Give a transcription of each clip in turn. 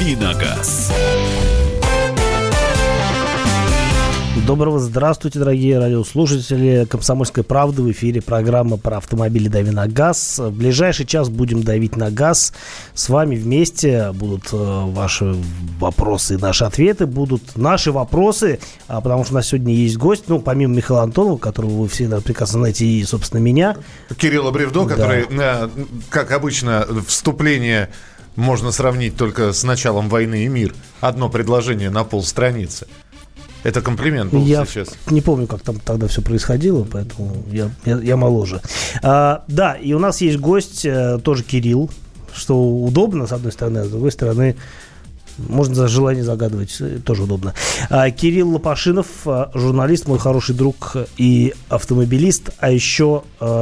«Давиногаз». Доброго здравствуйте, дорогие радиослушатели. «Комсомольская правда», в эфире программа про автомобили «Дави на газ». В ближайший час будем давить на газ. С вами вместе будут ваши вопросы и наши ответы. Будут наши вопросы, потому что у нас сегодня есть гость. Ну, помимо Михаила Антонова, которого вы все прекрасно знаете, и, собственно, меня. Кирилла Бревдо, который, как обычно, вступление можно сравнить только с началом «Войны и мир». Одно предложение на полстраницы. Это комплимент был сейчас. Я не помню, как там тогда все происходило, поэтому я моложе. Да, и у нас есть гость, тоже Кирилл, что удобно, с одной стороны, а с другой стороны, можно за желание загадывать, тоже удобно. Кирилл Лопашинов, журналист, мой хороший друг и автомобилист, а еще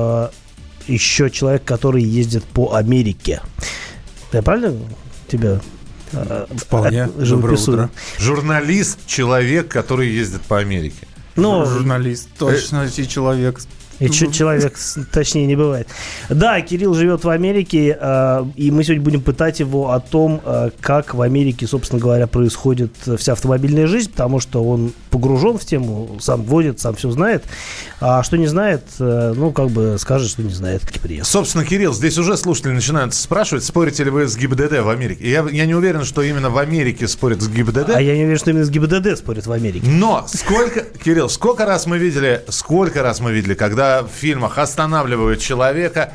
человек, который ездит по Америке. Я правильно тебя... Вполне. Доброе утро. Журналист, человек, который ездит по Америке. Журналист, точно, и человек. И человек, точнее, не бывает. Да, Кирилл живет в Америке, и мы сегодня будем пытать его о том, как в Америке, собственно говоря, происходит вся автомобильная жизнь, потому что он погружен в тему, сам водит, сам все знает. А что не знает, скажет, что не знает. Собственно, Кирилл, здесь уже слушатели начинают спрашивать, спорите ли вы с ГИБДД в Америке. Я не уверен, что именно в Америке спорят с ГИБДД. А я не уверен, что именно с ГИБДД спорят в Америке. Но Кирилл, сколько раз мы видели, когда в фильмах останавливают человека,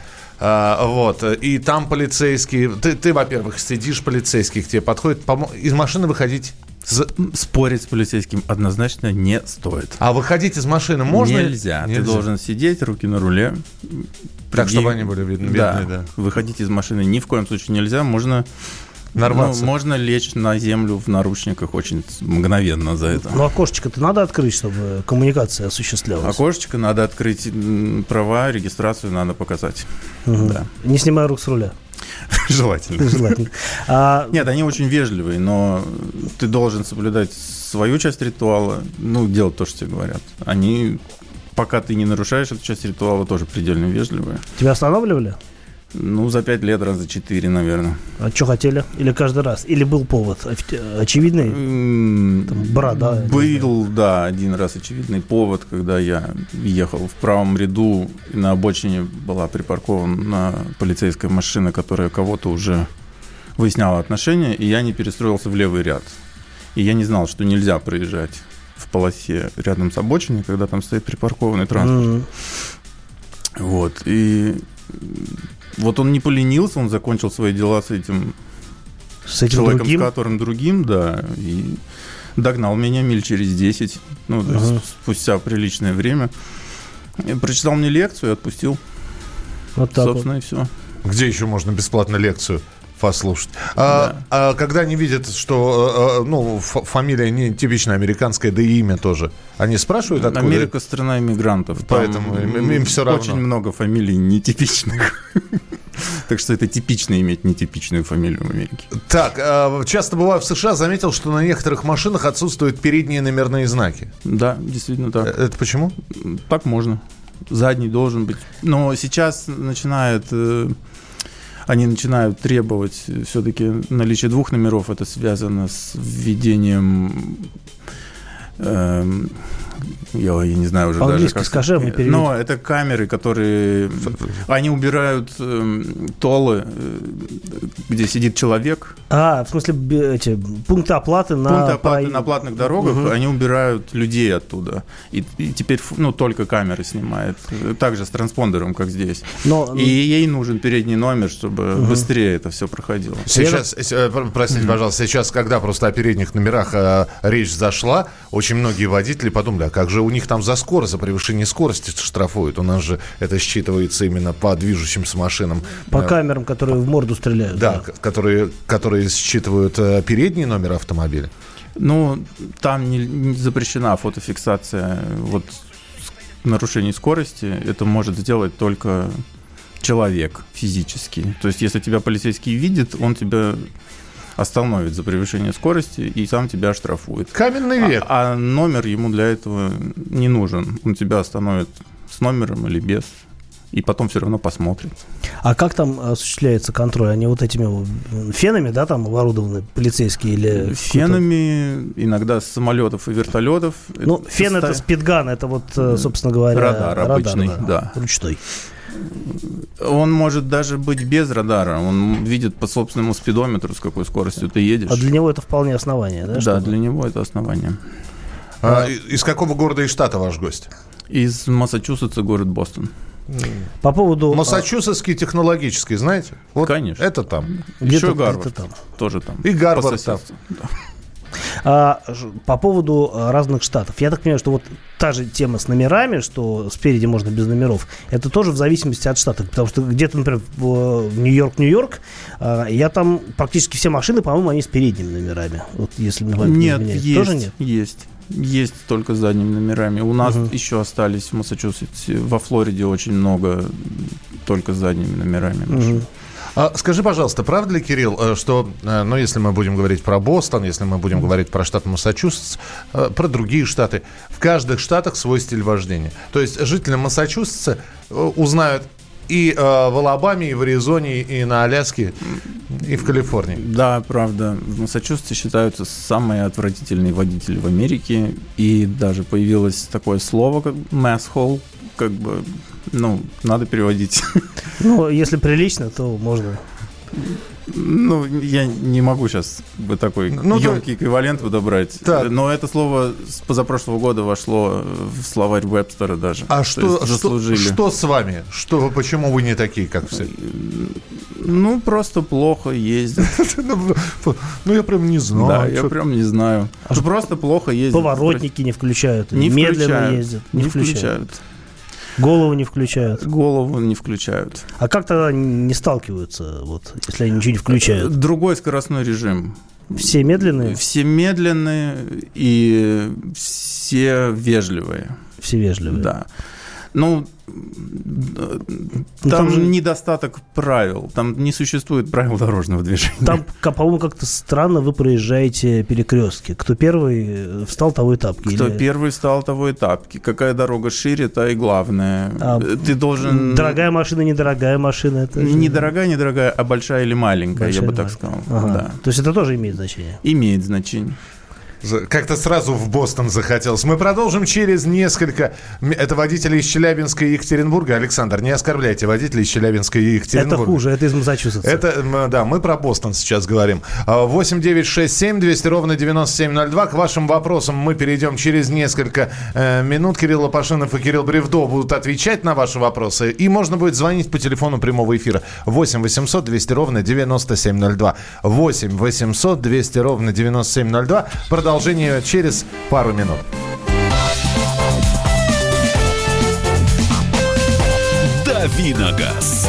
и там полицейские, ты, во-первых, сидишь, полицейский к тебе подходит, из машины выходить... Спорить с полицейским однозначно не стоит. А выходить из машины можно? Нельзя. Ты должен сидеть, руки на руле. Так, чтобы они были видны. Да. Выходить из машины ни в коем случае нельзя. Можно лечь на землю в наручниках очень мгновенно за это. Ну, окошечко-то надо открыть, чтобы коммуникация осуществлялась. Окошечко надо открыть, права, регистрацию надо показать. Угу. Да. Не снимая рук с руля. Желательно. Нет, они очень вежливые, но ты должен соблюдать свою часть ритуала, делать то, что тебе говорят. Они, пока ты не нарушаешь эту часть ритуала, тоже предельно вежливые. Тебя останавливали? За 5 лет раза 4, наверное. А что хотели? Или каждый раз? Или был повод очевидный? Борода? Был, да, один раз очевидный повод, когда я ехал в правом ряду, и на обочине была припаркована полицейская машина, которая кого-то уже выясняла отношения, и я не перестроился в левый ряд. И я не знал, что нельзя проезжать в полосе рядом с обочиной, когда там стоит припаркованный транспорт. И... Вот он не поленился, он закончил свои дела с этим человеком, с которым другим, да, и догнал меня миль через 10, спустя приличное время. Прочитал мне лекцию и отпустил. Вот так. Собственно, и все. Где еще можно бесплатно лекцию послушать? Да. А когда они видят, что фамилия не типичная американская, да и имя тоже, они спрашивают, откуда? Америка — страна иммигрантов. Поэтому им все равно. Очень много фамилий нетипичных. Так что это типично иметь нетипичную фамилию в Америке. Так, часто бываю в США, заметил, что на некоторых машинах отсутствуют передние номерные знаки. Да, действительно так. Это почему? Так можно. Задний должен быть. Но сейчас они начинают требовать все-таки наличие 2 номеров. Это связано с введением... Я не знаю уже по-английски даже, скажи, мы переведем. Но это камеры, которые... Они убирают толлы, где сидит человек. В смысле, пункты оплаты на платных дорогах, они убирают людей оттуда. И теперь только камеры снимает. Также с транспондером, как здесь. И ей нужен передний номер, чтобы быстрее это все проходило. Сейчас, простите, пожалуйста, сейчас, когда просто о передних номерах речь зашла, очень многие водители подумали, а как же у них там за скорость, за превышение скорости штрафуют? У нас же это считывается именно по движущимся машинам. По камерам, которые в морду стреляют. Да, которые считывают передний номер автомобиля. Там не запрещена фотофиксация нарушений скорости. Это может сделать только человек физически. То есть, если тебя полицейский видит, он тебя остановит за превышение скорости и сам тебя оштрафует. Каменный век. А номер ему для этого не нужен. Он тебя остановит с номером или без. И потом все равно посмотрит. А как там осуществляется контроль? Они вот этими фенами, да, там оборудованы полицейские или... Фенами, иногда с самолетов и вертолетов. Ну, фен это спидган, это вот, собственно говоря... Радар обычный, да. Ручной. Он может даже быть без радара. Он видит по собственному спидометру, с какой скоростью ты едешь. А для него это вполне основание, да? Да, для него это основание. Из какого города и штата ваш гость? Из Массачусетса, город Бостон. По поводу... Массачусетский технологический, знаете? Вот конечно. Это там. Еще Гарвард. Там. Тоже там. И Гарвард там. По поводу разных штатов. Я так понимаю, что вот та же тема с номерами, что спереди можно без номеров, это тоже в зависимости от штата. Потому что где-то, например, в Нью-Йорк, я там практически все машины, по-моему, они с передними номерами. Вот если мне память не изменяет. Есть, тоже нет? Есть только с задними номерами. У нас еще остались в Массачусетсе, во Флориде очень много только с задними номерами. Скажи, пожалуйста, правда ли, Кирилл, что, ну, если мы будем говорить про Бостон, если мы будем говорить про штат Массачусетс, про другие штаты, в каждых штатах свой стиль вождения. То есть жители Массачусетса узнают и в Алабаме, и в Аризоне, и на Аляске, и в Калифорнии. Да, правда. В Массачусетсе считаются самые отвратительные водители в Америке. И даже появилось такое слово, как «masshole», как бы, ну, надо переводить. Ну, если прилично, то можно. Ну, я не могу сейчас такой емкий эквивалент подобрать. Так. Но это слово с позапрошлого года вошло в словарь Вебстера даже. А что с вами? Почему вы не такие, как все? Ну, просто плохо ездят. Ну, я прям не знаю. Да, я прям не знаю. Просто плохо ездят. Поворотники не включают. Медленно ездят. Не включают. Голову не включают. Голову не включают. А как тогда не сталкиваются, вот, если они ничего не включают? Другой скоростной режим. Все медленные? Все медленные и все вежливые. Все вежливые? Да. Ну, там же недостаток правил. Там не существует правил дорожного движения. Там, по-моему, как-то странно вы проезжаете перекрестки. Кто первый встал, того и тапки. Кто первый встал, того и тапки. Какая дорога шире, та и главное. Ты должен... Дорогая машина, недорогая машина. Это же... Недорогая, а большая или маленькая, я бы так сказал. Ага. Да. То есть это тоже имеет значение? Имеет значение. Как-то сразу в Бостон захотелось. Мы продолжим через несколько... Это водители из Челябинска и Екатеринбурга. Александр, не оскорбляйте водителей из Челябинска и Екатеринбурга. Это хуже, это из Массачусетса. Это, да, мы про Бостон сейчас говорим. 8 200 ровно 9702. К вашим вопросам мы перейдем через несколько минут. Кирилл Лопашинов и Кирилл Бревдо будут отвечать на ваши вопросы. И можно будет звонить по телефону прямого эфира. 8 800 200 ровно 9702. 8 800 200 ровно 9702. Продолжение через пару минут. Давиногаз.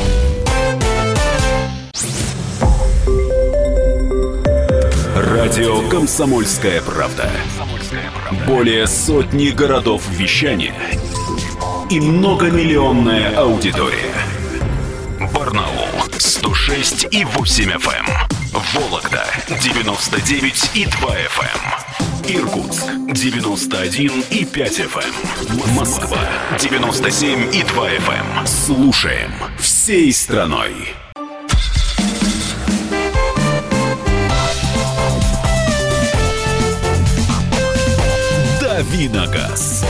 Радио «Комсомольская правда». Более сотни городов вещания и многомиллионная аудитория. Барнаул 106,8 FM. Вологда 99,2 FM. Иркутск 91,5 FM. Москва 97,2 FM. Слушаем всей страной. Давиногаз.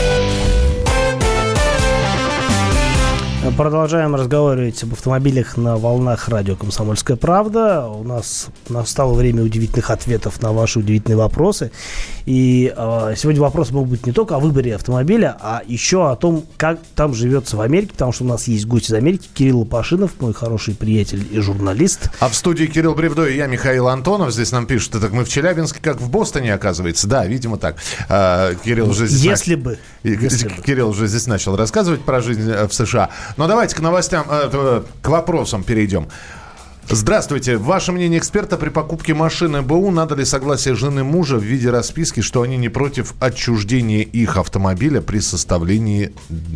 Продолжаем разговаривать об автомобилях на волнах радио «Комсомольская правда». У нас настало время удивительных ответов на ваши удивительные вопросы. И сегодня вопросы могут быть не только о выборе автомобиля, а еще о том, как там живется в Америке. Потому что у нас есть гость из Америки, Кирилл Лопашинов, мой хороший приятель и журналист. А в студии Кирилл Бревдо и я, Михаил Антонов. Здесь нам пишут, так мы в Челябинске, как в Бостоне, оказывается. Да, видимо, так. Кирилл уже здесь... Кирилл уже здесь начал рассказывать про жизнь в США. Но давайте к новостям, к вопросам перейдем. Здравствуйте. Ваше мнение эксперта: при покупке машины БУ надо ли согласие жены мужа в виде расписки, что они не против отчуждения их автомобиля при составлении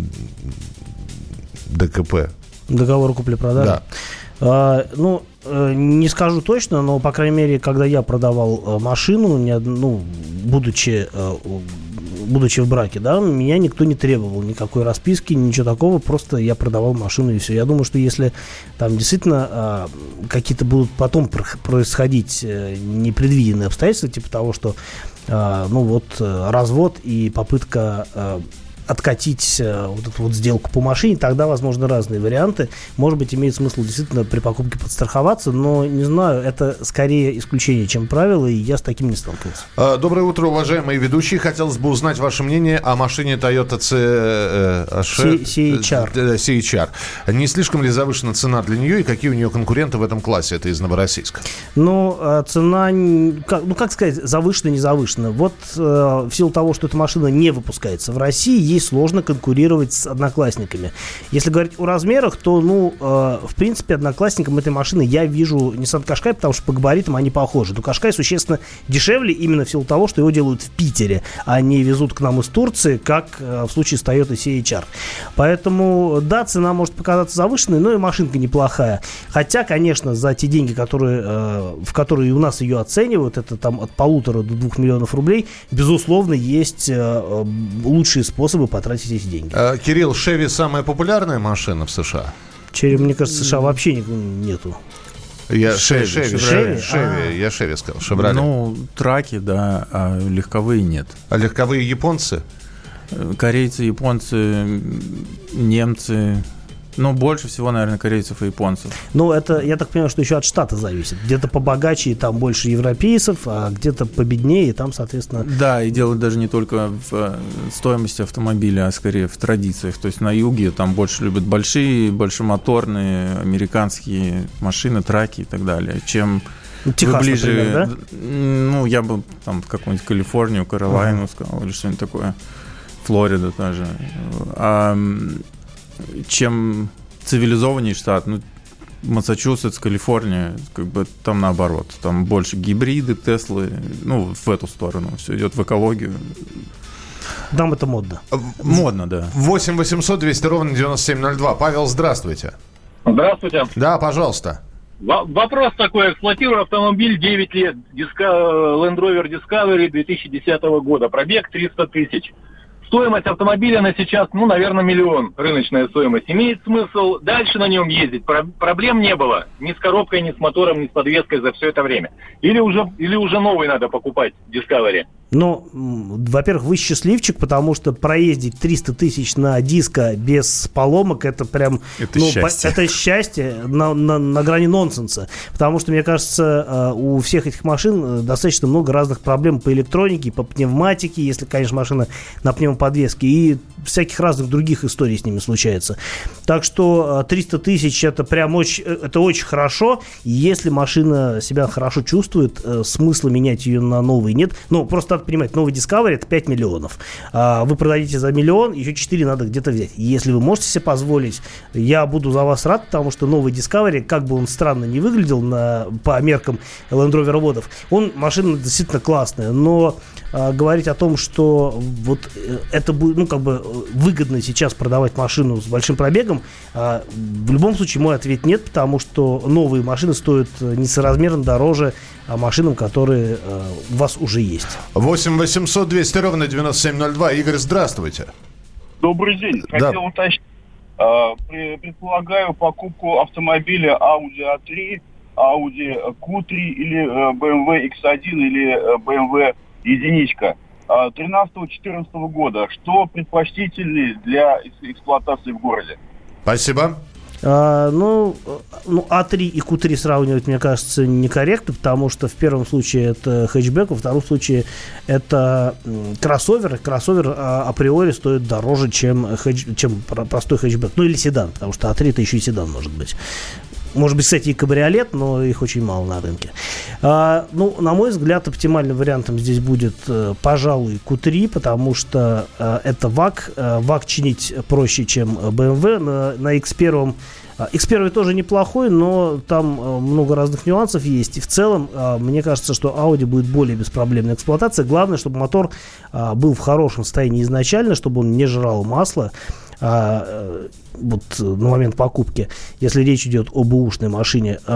ДКП? Договор купли-продажи? Да. Не скажу точно, но, по крайней мере, когда я продавал машину, будучи будучи в браке, да, меня никто не требовал никакой расписки, ничего такого, просто я продавал машину и все. Я думаю, что если там действительно какие-то будут потом происходить непредвиденные обстоятельства, типа того, что развод и попытка откатить вот эту вот сделку по машине, тогда, возможно, разные варианты. Может быть, имеет смысл действительно при покупке подстраховаться, но, не знаю, это скорее исключение, чем правило, и я с таким не столкнулся. Доброе утро, уважаемые ведущие. Хотелось бы узнать ваше мнение о машине Toyota CHR. Не слишком ли завышена цена для нее, и какие у нее конкуренты в этом классе? Это из Новороссийска. Цена, как сказать, завышена, не завышена. Вот в силу того, что эта машина не выпускается в России, ей сложно конкурировать с одноклассниками. Если говорить о размерах, то, в принципе, одноклассникам этой машины я вижу Nissan Qashqai, потому что по габаритам они похожи. Но Qashqai существенно дешевле именно в силу того, что его делают в Питере, а не везут к нам из Турции, как в случае с Toyota CHR. Поэтому, да, цена может показаться завышенной, но и машинка неплохая. Хотя, конечно, за те деньги, в которые у нас ее оценивают, это там от 1,5 до 2 миллионов рублей, безусловно, есть лучшие способы потратить эти деньги. Кирилл, Chevy самая популярная машина в США? Мне кажется, в США вообще нету. Я Chevy сказал. Chevrolet. Траки, да, а легковые нет. А легковые японцы? Корейцы, японцы, немцы. Больше всего, наверное, корейцев и японцев. Это, я так понимаю, что еще от штата зависит. Где-то побогаче, и там больше европейцев, а где-то победнее, и там, соответственно... Да, и дело даже не только в стоимости автомобиля, а скорее в традициях. То есть на юге там больше любят большемоторные американские машины, траки и так далее, чем... Техас, ближе, например, да? Я бы там какую-нибудь Калифорнию, Каролайну сказал, или что-нибудь такое. Флорида тоже. Чем цивилизованнее штат, Массачусетс, Калифорния, там наоборот. Там больше гибриды, Теслы, в эту сторону. Все идет в экологию. Там это модно. Модно, да. 8 800 200 ровно 9702. Павел, здравствуйте. Здравствуйте. Да, пожалуйста. Вопрос такой. Эксплуатирую автомобиль 9 лет. Land Rover Discovery 2010 года. Пробег 300 тысяч. Стоимость автомобиля на сейчас, наверное, 1 миллион. Рыночная стоимость. Имеет смысл дальше на нем ездить? Проблем не было. Ни с коробкой, ни с мотором, ни с подвеской за все это время. Или уже новый надо покупать Discovery? Во-первых, вы счастливчик, потому что проездить 300 тысяч на диско без поломок, это прям... Это счастье. Это счастье на грани нонсенса. Потому что, мне кажется, у всех этих машин достаточно много разных проблем по электронике, по пневматике, если, конечно, машина на пневмоподвеске, и всяких разных других историй с ними случается. Так что 300 тысяч это прям очень хорошо. И если машина себя хорошо чувствует, смысла менять ее на новый нет. Просто надо понимать, новый Discovery это 5 миллионов. Вы продадите за 1 миллион, еще 4 надо где-то взять. Если вы можете себе позволить, я буду за вас рад, потому что новый Discovery, как бы он странно не выглядел по меркам Land Rover водов, машина действительно классная, но говорить о том, что это будет, выгодно сейчас продавать машину с большим пробегом, в любом случае мой ответ нет, потому что новые машины стоят несоразмерно дороже машинам, которые у вас уже есть. 8 800 200 ровно 9702. Игорь, здравствуйте. Добрый день. Хотел уточнить. Предполагаю покупку автомобиля Audi A3, Audi Q3 или BMW X1 или BMW единичка 13-14 года. Что предпочтительнее для эксплуатации в городе? Спасибо. А3 и Q3 сравнивать, мне кажется, некорректно, потому что в первом случае это хэтчбэк, во втором случае это кроссовер. Кроссовер априори стоит дороже, чем простой хэтчбэк. Или седан, потому что А3 это еще и седан может быть. Может быть, кстати, и кабриолет, но их очень мало на рынке. На мой взгляд, оптимальным вариантом здесь будет, пожалуй, Q3, потому что это ВАК. ВАК чинить проще, чем BMW. На X1 X1 тоже неплохой, но там много разных нюансов есть. И в целом, мне кажется, что Audi будет более беспроблемная эксплуатация. Главное, чтобы мотор был в хорошем состоянии изначально, чтобы он не жрал масло. На момент покупки, если речь идет об бэушной машине.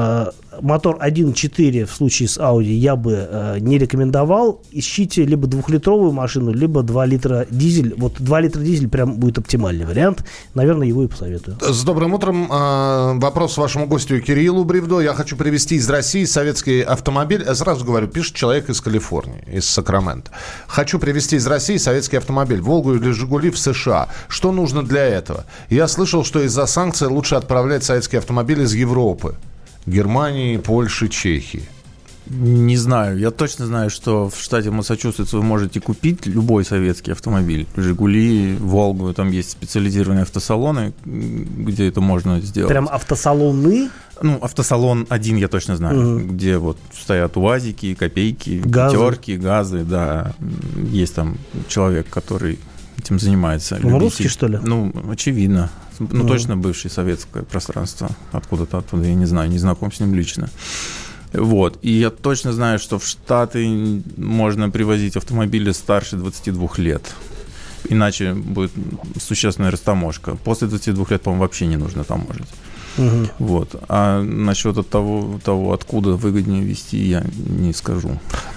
мотор 1.4 в случае с Audi я бы не рекомендовал. Ищите либо 2-литровую машину, либо 2 литра дизель. Вот 2 литра дизель прям будет оптимальный вариант. Наверное, его и посоветую. С добрым утром. Вопрос вашему гостю Кириллу Бревдо. Я хочу привезти из России советский автомобиль. Я сразу говорю, пишет человек из Калифорнии, из Сакрамента. Хочу привезти из России советский автомобиль, Волгу или Жигули в США. Что нужно для этого? Я слышал, что из-за санкций лучше отправлять советские автомобили из Европы. Германии, Польши, Чехии. Не знаю. Я точно знаю, что в штате Массачусетс вы можете купить любой советский автомобиль. «Жигули», «Волгу». Там есть специализированные автосалоны, где это можно сделать. Прям автосалоны? Ну, автосалон один я точно знаю, где вот стоят УАЗики, копейки, пятерки, газы. Да, есть там человек, который этим занимается. Он русский, что ли? Ну, очевидно. Ну, точно бывшее советское пространство. Откуда-то оттуда, я не знаю, не знаком с ним лично. Вот. И я точно знаю, что в Штаты можно привозить автомобили старше 22 лет. Иначе будет существенная растаможка. После 22 лет, по-моему, вообще не нужно таможить. Вот. А насчет того, откуда выгоднее везти, я не скажу.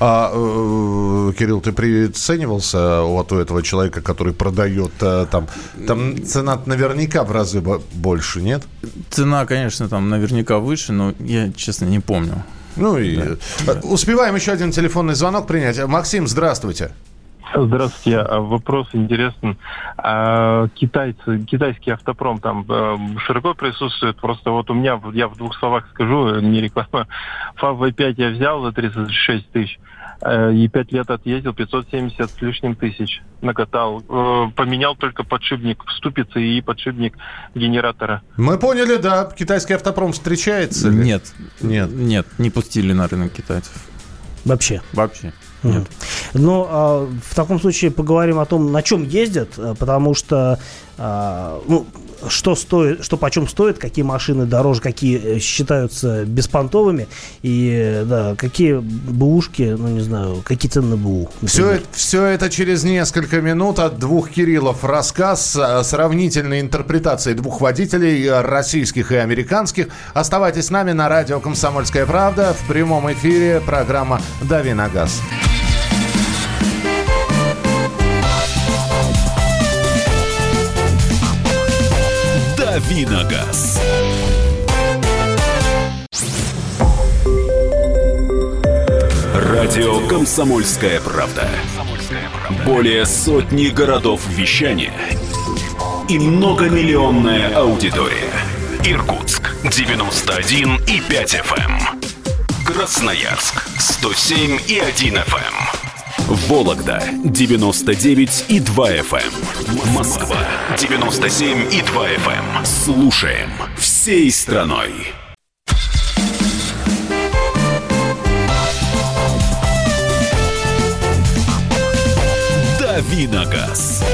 Кирилл, ты приценивался вот у этого человека, который продает там цена наверняка в разы больше, нет? Цена, конечно, там наверняка выше, но я, честно, не помню. Ну и успеваем еще один телефонный звонок принять. Максим, здравствуйте. Здравствуйте. Вопрос интересен. Китайский автопром там широко присутствует. Просто вот у меня, я в двух словах скажу, не реклама. ФАВ V5 я взял за 36 тысяч. И 5 лет отъездил, 570 с лишним тысяч накатал. Поменял только подшипник в ступице и подшипник генератора. Мы поняли, да. Китайский автопром встречается? Нет, не пустили на рынок китайцев. Вообще? Вообще. Нет. Но в таком случае поговорим о том, на чем ездят, потому что что стоит, что почем стоит, какие машины дороже, какие считаются беспонтовыми, и да, какие бэушки, ну не знаю, какие цены на БУ. Все это через несколько минут от двух Кириллов. Рассказ сравнительной интерпретации двух водителей, российских и американских. Оставайтесь с нами на радио «Комсомольская правда». В прямом эфире программа «Дави на газ». «Дави на газ». Радио «Комсомольская правда». Более сотни городов вещания и многомиллионная аудитория. Иркутск 91,5 FM. Красноярск 107,1 FM. Вологда 99,2 FM. Москва 97,2 FM. Слушаем всей страной. «Дави на газ».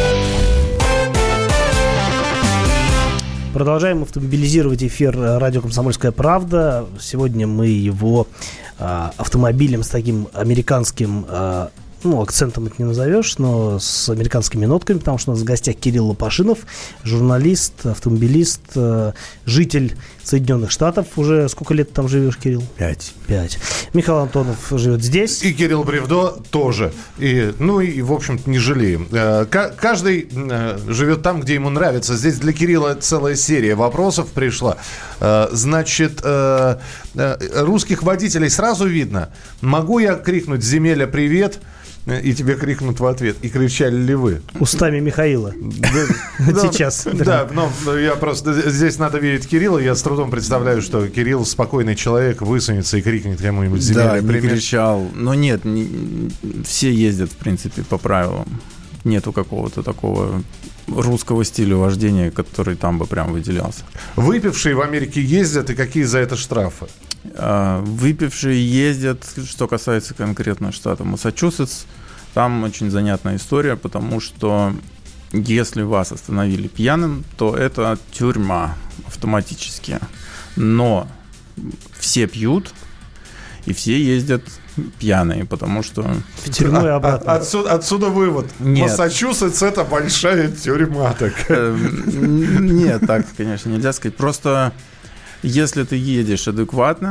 Продолжаем автомобилизировать эфир радио «Комсомольская правда». Сегодня мы его автомобилем с таким американским, акцентом это не назовешь, но с американскими нотками, потому что у нас в гостях Кирилл Лопашинов, журналист, автомобилист, житель Соединенных Штатов. Уже сколько лет там живешь, Кирилл? 5. Михаил Антонов живет здесь. И Кирилл Бревдо тоже. И в общем-то, не жалеем. Каждый живет там, где ему нравится. Здесь для Кирилла целая серия вопросов пришла. Значит, русских водителей сразу видно. Могу я крикнуть «Земеля, привет!» и тебе крикнут в ответ. И кричали ли вы? Устами Михаила. Сейчас. Да, но я просто... Здесь надо видеть Кирилла. Я с трудом представляю, что Кирилл, спокойный человек, высунется и крикнет кому-нибудь «Земля, привет!» Да, не кричал. Но нет, все ездят, в принципе, по правилам. Нету какого-то такого русского стиля вождения, который там бы прям выделялся. Выпившие в Америке ездят, и какие за это штрафы? Выпившие ездят, что касается конкретно штата Массачусетс, там очень занятная история, потому что если вас остановили пьяным, то это тюрьма автоматически. Но все пьют, и все ездят пьяные, потому что... В тюрьму и обратно. Отсюда вывод. Нет. Массачусетс — это большая тюрьма. Нет, так, конечно, нельзя сказать. Просто если ты едешь адекватно,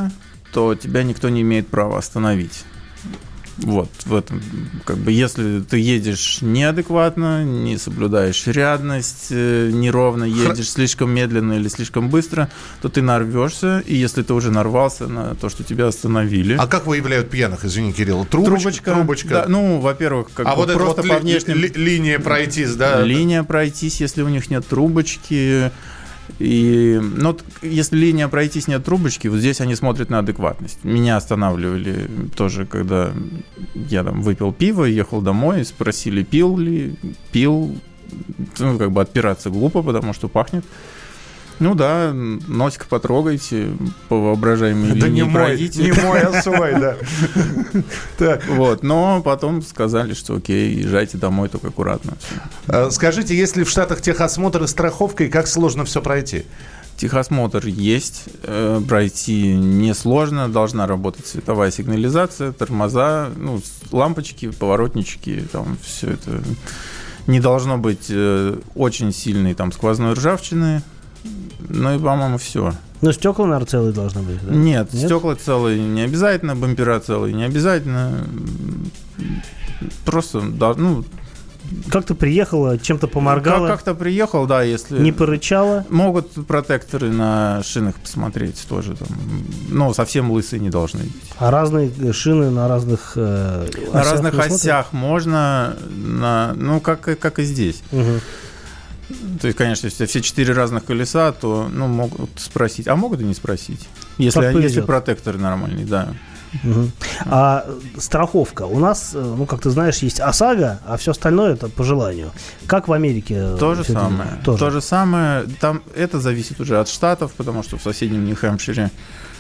то тебя никто не имеет права остановить. Вот, в этом, как бы, если ты едешь неадекватно, не соблюдаешь рядность, неровно едешь, слишком медленно или слишком быстро, то ты нарвешься, и если ты уже нарвался на то, что тебя остановили... А как выявляют пьяных, извини, Кирилл? Трубочка? Да, ну, во-первых, как бы вот просто это по вот внешним... линия пройтись, да? Линия пройтись, если у них нет трубочки... И, ну, если линия пройтись, нет трубочки, вот здесь они смотрят на адекватность. Меня останавливали тоже, когда я там выпил пиво, ехал домой, спросили, пил ли, пил. Ну, как бы отпираться глупо, потому что пахнет. Ну да, носик потрогайте, по воображаемой линии пройдите. Не мой, а свой, да. Вот, но потом сказали, что окей, езжайте домой, только аккуратно. Скажите, есть ли в Штатах техосмотр и страховка, и как сложно все пройти? Техосмотр есть, пройти несложно, должна работать световая сигнализация, тормоза, ну, лампочки, поворотнички, там все это. Не должно быть очень сильной там сквозной ржавчины. Ну и, по-моему, все. Ну, стекла, наверное, целые должны быть, да? Нет, стекла целые не обязательно, бампера целые не обязательно. Просто, да, ну... Как ты приехала, чем-то поморгала? Как-то приехал, да, если... Не порычала? Могут протекторы на шинах посмотреть тоже там. Но совсем лысые не должны быть. А разные шины на разных осях? На разных осях можно, ну, как и здесь. Угу. То есть, конечно, если все 4 разных колеса, то, ну, могут спросить. А могут и не спросить. Если протектор нормальный, да. Угу. А страховка. У нас, ну, как ты знаешь, есть ОСАГО, а все остальное это по желанию. Как в Америке? То же самое. То же самое. Там это зависит уже от штатов, потому что в соседнем Нью-Хэмпшире,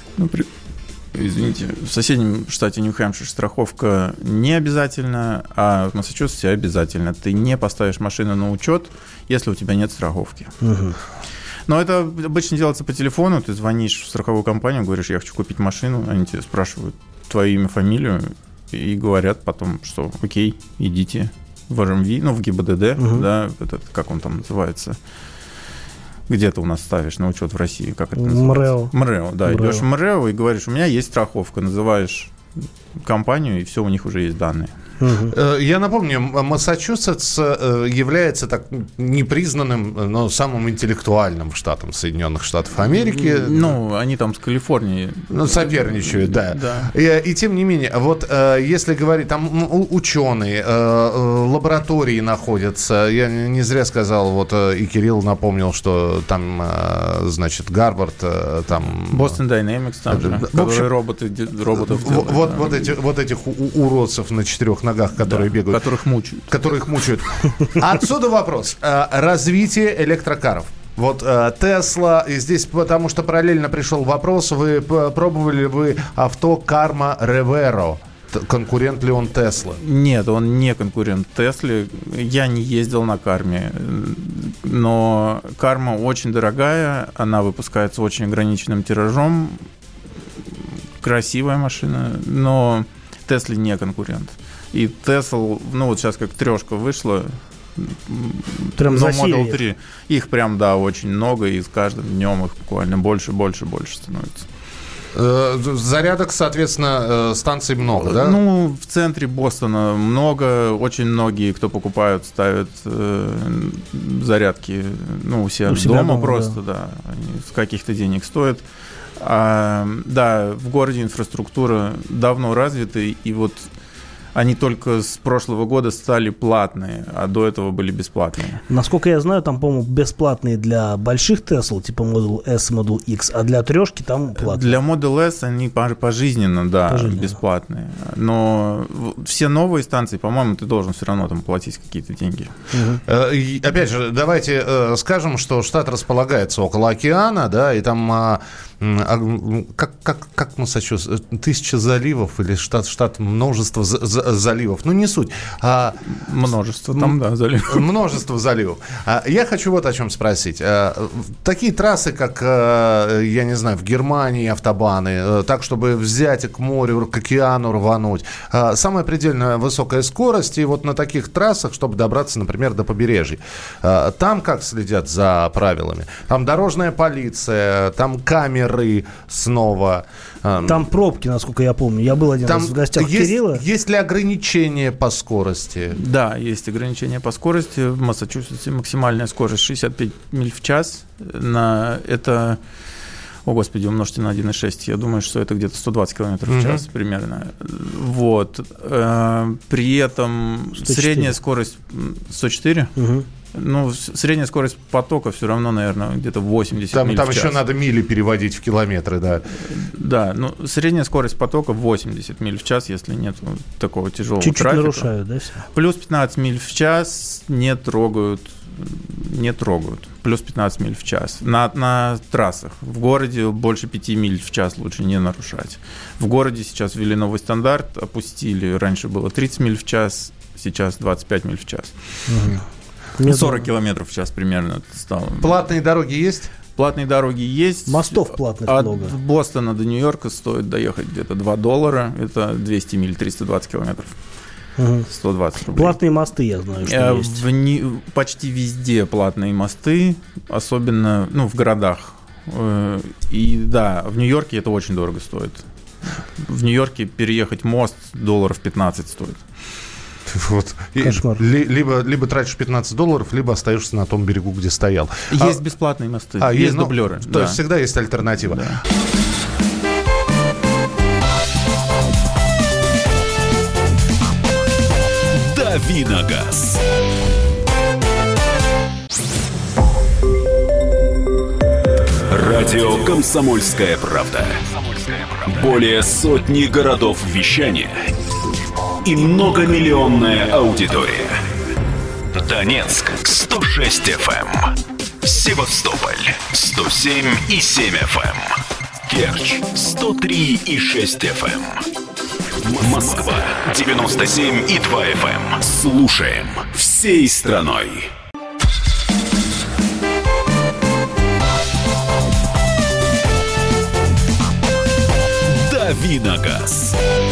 в соседнем штате Нью-Хэмпшир страховка не обязательна, а в Массачусетсе обязательно. Ты не поставишь машину на учет, если у тебя нет страховки. Угу. Но это обычно делается по телефону. Ты звонишь в страховую компанию, говоришь, я хочу купить машину. Они тебе спрашивают твое имя, фамилию и говорят потом, что окей, идите в РМВ, ну, в ГИБДД, да, этот, как он там называется. Где ты у нас ставишь на учет в России? Как это называется? МРЭО, да. МРЭО. Идешь в МРЭО и говоришь, у меня есть страховка. Называешь компанию, и все, у них уже есть данные. Я напомню, Массачусетс является так непризнанным, но самым интеллектуальным штатом Соединенных Штатов Америки. Ну, они там с Калифорнией. Ну, соперничают, да. И тем не менее, вот если говорить, там ученые, лаборатории находятся. Я не зря сказал, вот и Кирилл напомнил, что там, значит, Гарвард, там... Boston Dynamics, там же, которые роботов делают. Вот этих уродцев на 4 ногах, которые бегают. Которых мучают. Отсюда вопрос. Развитие электрокаров. Вот Тесла, и здесь, потому что параллельно пришел вопрос, вы пробовали вы авто Karma Revero? Конкурент ли он Теслы? Нет, он не конкурент Теслы. Я не ездил на Карме, но Карма очень дорогая, она выпускается очень ограниченным тиражом. Красивая машина, но Тесле не конкурент. И Tesla, ну вот сейчас как трешка вышла, прям Model 3, их прям, да, очень много, и с каждым днем их буквально больше становится. Зарядок, соответственно, станций много, да? Ну, в центре Бостона много, очень многие, кто покупают, ставят зарядки, ну, у себя дома просто, да, они с каких-то денег стоят. Да, в городе инфраструктура давно развита, и вот они только с прошлого года стали платные, а до этого были бесплатные. Насколько я знаю, там, по-моему, бесплатные для больших Tesla, типа Model S, Model X, а для трешки там платные. Для Model S они пожизненно, да, бесплатные. Но все новые станции, по-моему, ты должен все равно там платить какие-то деньги. Опять же, давайте скажем, что штат располагается около океана, да, и там... Как Массачусетс? 1000 заливов или штат множество заливов. Ну, не суть. Множество там, да, заливов. Множество заливов. Я хочу вот о чем спросить. Такие трассы, как, я не знаю, в Германии автобаны, так, чтобы взять и к морю, к океану рвануть. Самая предельно высокая скорость, и вот на таких трассах, чтобы добраться, например, до побережья. Там как следят за правилами? Там дорожная полиция, там камеры снова. Там пробки, насколько я помню. Я был один раз в гостях у Кирилла. Есть ли ограничения по скорости? Да, есть ограничения по скорости. В Массачусетсе максимальная скорость 65 миль в час. Это, о господи, умножьте на 1,6. Я думаю, что это где-то 120 километров в час примерно. Вот. При этом 104. Средняя скорость 104. Ну, средняя скорость потока все равно, наверное, где-то 80 миль в час. Там еще надо мили переводить в километры, да. Да, ну, средняя скорость потока 80 миль в час, если нет такого тяжелого чуть-чуть трафика. нарушают, да, все? Плюс 15 миль в час не трогают. Плюс 15 миль в час. На трассах. В городе больше 5 миль в час лучше не нарушать. В городе сейчас ввели новый стандарт, опустили. Раньше было 30 миль в час, сейчас 25 миль в час. 40 километров в час примерно стало. Платные дороги есть? Платные дороги есть. Мостов платных от много. От Бостона до Нью-Йорка стоит доехать где-то $2. Это 200 миль, 320 километров. 120 рублей. Платные мосты, я знаю, что есть. Почти везде платные мосты, особенно в городах. И да, в Нью-Йорке это очень дорого стоит. В Нью-Йорке переехать мост $15 стоит. Вот. Либо тратишь $15, либо остаешься на том берегу, где стоял. Есть бесплатные мосты, есть дублеры. То есть всегда есть альтернатива. Да. Давиногаз. Радио «Комсомольская правда». Более сотни городов вещания и многомиллионная аудитория. Донецк 106 FM, Севастополь 107,7 FM, Керчь 103,6 FM, Москва 97,2 FM. Слушаем всей страной. Давиногаз.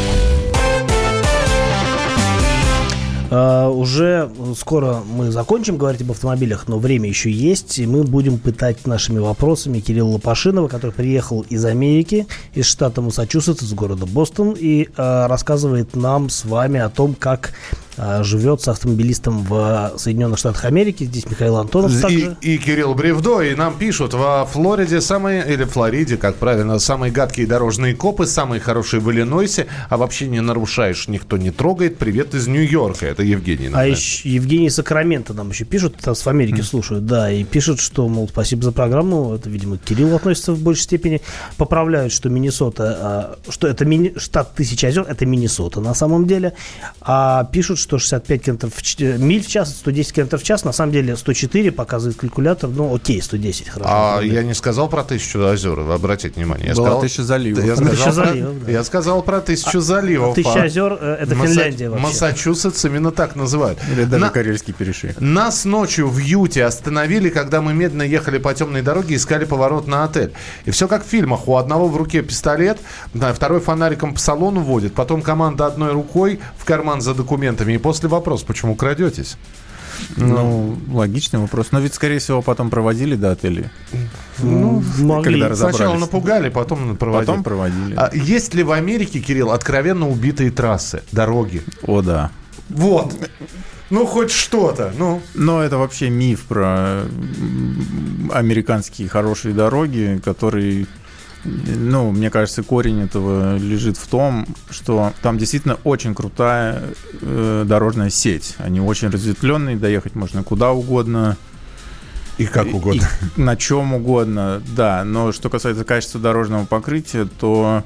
Уже скоро мы закончим говорить об автомобилях, но время еще есть, и мы будем пытать нашими вопросами Кирилла Лопашинова, который приехал из Америки, из штата Массачусетс, из города Бостон, и рассказывает нам с вами о том, как живется автомобилистом в Соединенных Штатах Америки. Здесь Михаил Антонов также. И Кирилл Бревдо. И нам пишут, во Флориде или Флориде, как правильно, самые гадкие дорожные копы, самые хорошие в Иллинойсе, а вообще не нарушаешь, никто не трогает. Привет из Нью-Йорка. Это Евгений. А еще Евгений Сакраменто нам еще пишут, нас в Америке слушают, да, и пишут, что, мол, спасибо за программу. Это, видимо, к Кириллу относится в большей степени. Поправляют, что Миннесота, что это штат Тысячи озер, это Миннесота на самом деле. А пишут, что 65 миль в час, 110 км в час, на самом деле 104 показывает калькулятор, ну окей, 110, хорошо. Я не сказал про 1000 озер, вы обратите внимание. Было 1000 заливов. Я сказал про 1000 заливов. 1000 озер, это Финляндия вообще. Массачусетс именно так называют. Или даже Карельский перешейк. Нас ночью в Юте остановили, когда мы медленно ехали по темной дороге и искали поворот на отель. И все как в фильмах. У одного в руке пистолет, второй фонариком по салону водит, потом команда одной рукой в карман за документами. И после вопрос, почему крадетесь? Логичный вопрос. Но ведь, скорее всего, потом проводили до отеля. Могли. Сначала напугали, потом проводили. Есть ли в Америке, Кирилл, откровенно убитые трассы, дороги? О, да. Вот. Хоть что-то. Но это вообще миф про американские хорошие дороги, которые... мне кажется, корень этого лежит в том, что там действительно очень крутая дорожная сеть. Они очень разветвленные, доехать можно куда угодно. И как угодно. И на чем угодно, да. Но что касается качества дорожного покрытия, то...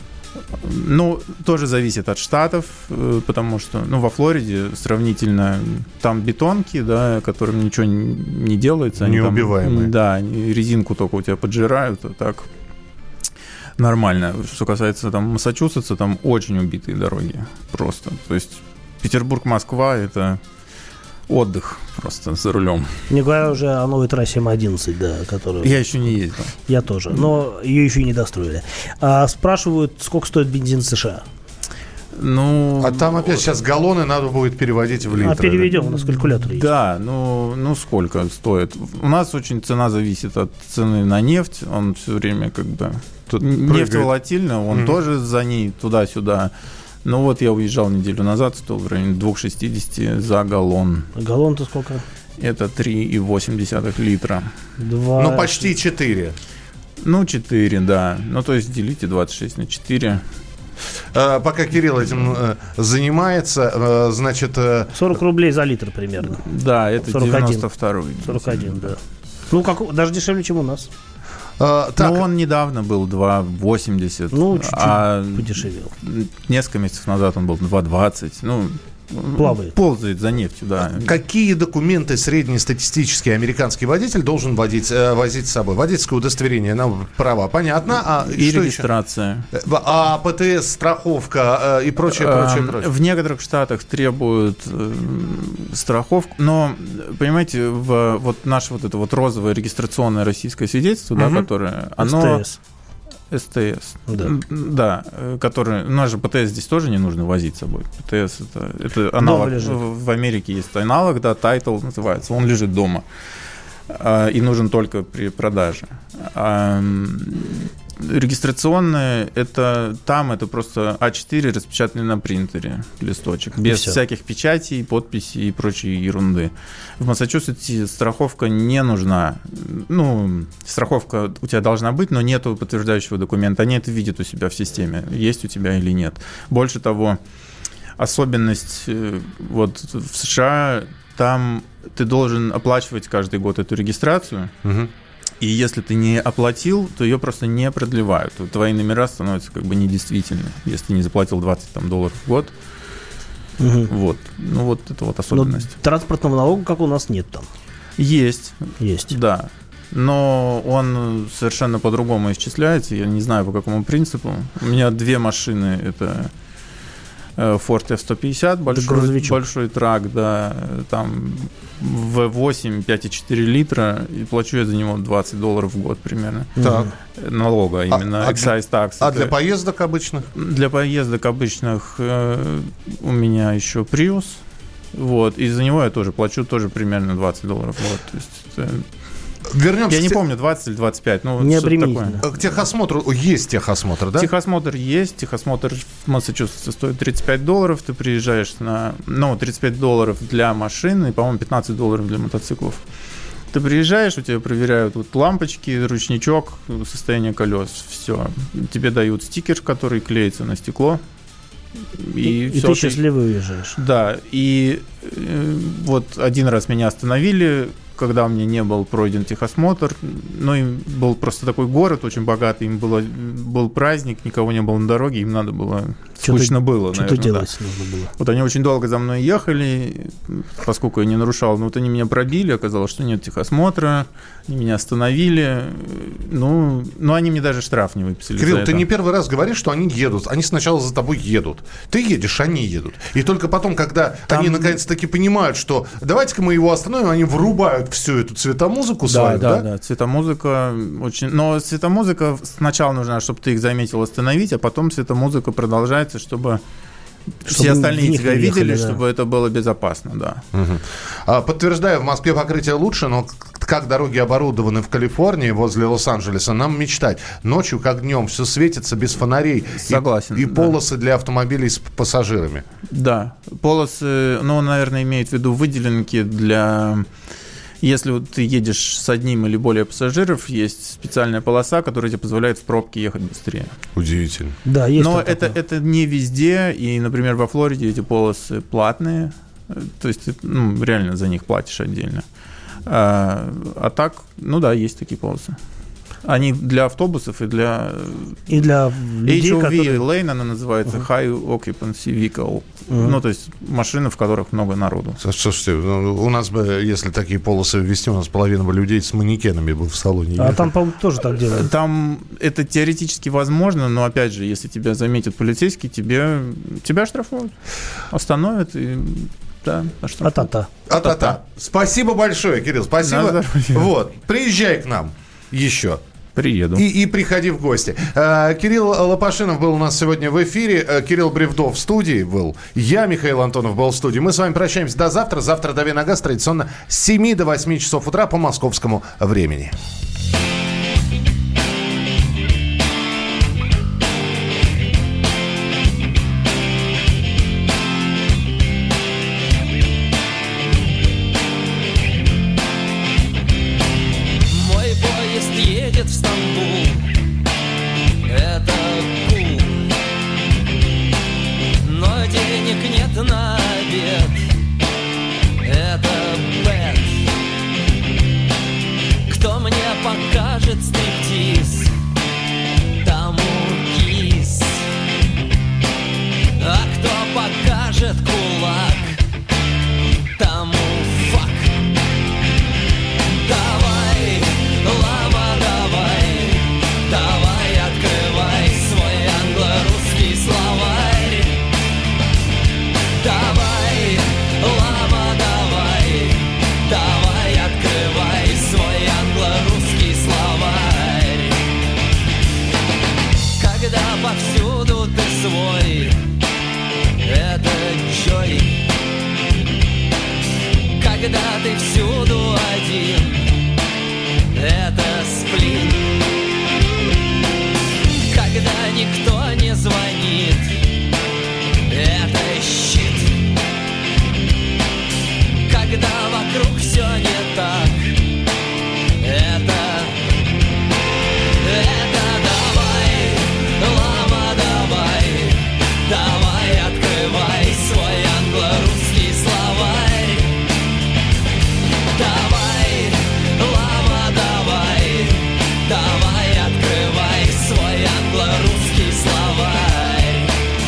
тоже зависит от штатов, потому что, во Флориде сравнительно там бетонки, да, которым ничего не делается. Неубиваемые. Да, резинку только у тебя поджирают, а так... нормально. Что касается там Массачусетса, там очень убитые дороги просто. То есть Петербург-Москва — это отдых просто за рулем. Не говоря уже о новой трассе М11, да, которую... Я еще не ездил. Я тоже, но ее еще и не достроили. Спрашивают, сколько стоит бензин в США? Ну, А там опять сейчас галлоны надо будет переводить в литры. Переведем, у нас калькулятор есть. да, ну сколько стоит? У нас очень цена зависит от цены на нефть. Он все время как бы... Тут нефть прыгает. волатильна, он тоже за ней туда-сюда. Ну вот я уезжал неделю назад, стоил в районе 2,60 за галлон. Галлон-то сколько? Это 3,8 литра. 2... Ну, почти 4. Ну, 4, да. Ну, то есть делите 26 на 4. Пока Кирилл этим занимается, значит... 40 рублей за литр примерно. Да, это 41. 92-й. 41, да. Ну, даже дешевле, чем у нас. Так, Ну, он недавно был 2,80. Ну, чуть-чуть а подешевел. несколько месяцев назад он был 2,20. Ну, Плавает. Ползает за нефтью, да. какие документы среднестатистический американский водитель должен возить с собой? Водительское удостоверение на права, понятно. И что регистрация. еще? А ПТС, страховка и прочее. В некоторых штатах требуют страховку, но, понимаете, вот наше вот это вот розовое регистрационное российское свидетельство, да, которое, оно... СТС. Да, который... У нас же ПТС здесь тоже не нужно возить с собой. ПТС это аналог. В Америке есть аналог, да, Title называется. Он лежит дома. И нужен только при продаже. Регистрационные, это просто А4 распечатанный на принтере листочек, без всяких печатей, подписей и прочей ерунды. В Массачусетсе страховка не нужна. Ну, страховка у тебя должна быть, но нету подтверждающего документа. Они это видят у себя в системе, есть у тебя или нет. Больше того, особенность вот в США, там ты должен оплачивать каждый год эту регистрацию. И если ты не оплатил, то ее просто не продлевают. Твои номера становятся как бы недействительны, если ты не заплатил $20 в год. Вот. Ну, вот это вот особенность. Но транспортного налога, как у нас, нет там. Есть. Есть. Да. Но он совершенно по-другому исчисляется. Я не знаю, по какому принципу. У меня 2 машины. Это Ford F-150, большой трак, да, там V8, 5,4 литра, и плачу я за него $20 в год примерно. Так. Налога именно, excise tax. А для поездок обычных? Для поездок обычных у меня еще Prius, вот, и за него я тоже плачу примерно $20 в год. То есть Вернемся. Я не помню, 20 или 25. Ну, необременительно. К техосмотру есть техосмотр, да? Техосмотр есть. Техосмотр в Массачусетсе стоит $35. Ты приезжаешь на... Ну, $35 для машины и, по-моему, $15 для мотоциклов. Ты приезжаешь, у тебя проверяют вот лампочки, ручничок, состояние колес, все. Тебе дают стикер, который клеится на стекло. И ты счастливо уезжаешь. Да. И вот один раз меня остановили, когда у меня не был пройден техосмотр. Ну, им был просто такой город очень богатый, им был праздник, никого не было на дороге, им надо было... Скучно было, наверное. Что-то делать нужно было. Вот они очень долго за мной ехали, поскольку я не нарушал. Но вот они меня пробили, оказалось, что нет техосмотра, они меня остановили. Ну, они мне даже штраф не выписали. Кирилл, ты не первый раз говоришь, что они едут. Они сначала за тобой едут. Ты едешь, они едут. И только потом, когда они наконец-таки понимают, что давайте-ка мы его остановим, они врубают всю эту цветомузыку свою, да? Да, цветомузыка очень... Но цветомузыка сначала нужна, чтобы ты их заметил, остановить, а потом цветомузыка продолжается, чтобы все остальные тебя видели, да. Чтобы это было безопасно, да. Угу. Подтверждаю, в Москве покрытие лучше, но как дороги оборудованы в Калифорнии возле Лос-Анджелеса, нам мечтать. Ночью, как днем, все светится без фонарей. Согласен. И полосы для автомобилей с пассажирами. Да, полосы, наверное, имеет в виду выделенки для... Если вот ты едешь с одним или более пассажиров, есть специальная полоса, которая тебе позволяет в пробке ехать быстрее. Удивительно. Да, есть. Но это не везде. И, например, во Флориде эти полосы платные. То есть ты реально за них платишь отдельно. А так, да, есть такие полосы. Они для автобусов и для людей, HOV которые... Lane, она называется, High Occupancy Vehicle. Ну, то есть машины, в которых много народу. Слушайте, у нас бы, если такие полосы ввести, у нас половина бы людей с манекенами бы в салоне. А там, по-моему, тоже так делают. Там это теоретически возможно, но, опять же, если тебя заметит полицейский, тебя штрафуют, остановят и... Да, А-та-та. Спасибо большое, Кирилл, спасибо. Вот, приезжай к нам еще. Приеду. И приходи в гости. Кирилл Лопашинов был у нас сегодня в эфире. Кирилл Бревдо в студии был. Я, Михаил Антонов, был в студии. Мы с вами прощаемся до завтра. Завтра «Дави на газ» традиционно с 7 до 8 часов утра по московскому времени. В Стамбул, это кул, но денег нет на обед, это бэд. Кто мне покажет стриптиз, тому кис, а кто покажет кулак, тому фак. Давай, лава, давай, открывай свой англо-русский словарь. Давай, лама, давай, открывай свой англо-русский словарь. Когда повсюду ты свой, это Джой. Когда ты всюду один, это Сплин. Когда никто не звонит, это щит. Когда вокруг все не так, это давай, лама, давай, открывай свой англо-русский словарь. Давай, лама, давай, открывай свой англо-русский словарь.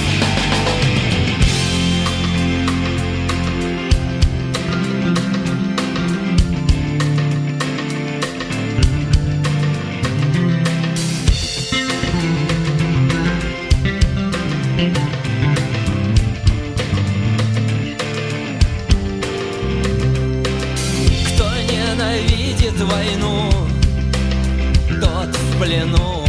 Кто ненавидит войну, тот в плену.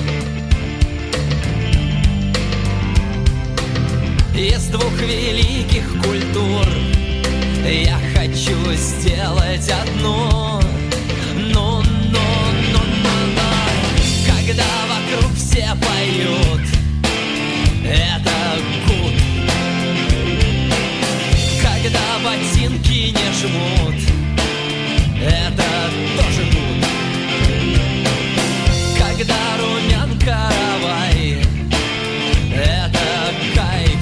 Из двух великих культур я хочу сделать одну. Ну. Когда вокруг все поют, это гуд. Когда ботинки не жмут, это тоже гуд. Когда румян каравай, это кайф.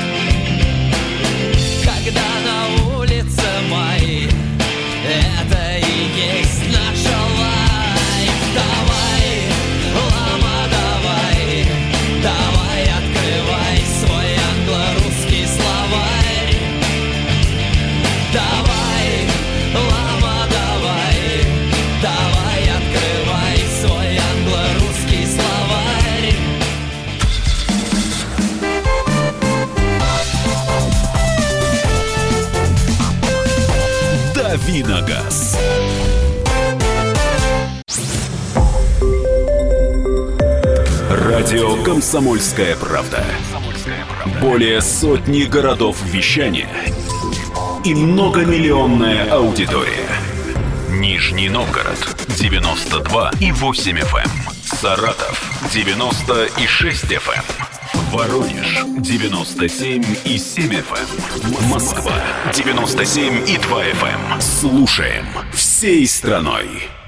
Когда на улице май, это и есть наша лайф. Давай, лама, давай, открывай свой англо-русский словарь. Давай, лама, давай, открывай свой англо-русский словарь. «Дави на газ». Радио «Комсомольская правда». Более сотни городов вещания и многомиллионная аудитория. Нижний Новгород 92,8 FM. Саратов 90,6 FM. Воронеж 97,7 FM. Москва 97,2 FM. Слушаем всей страной.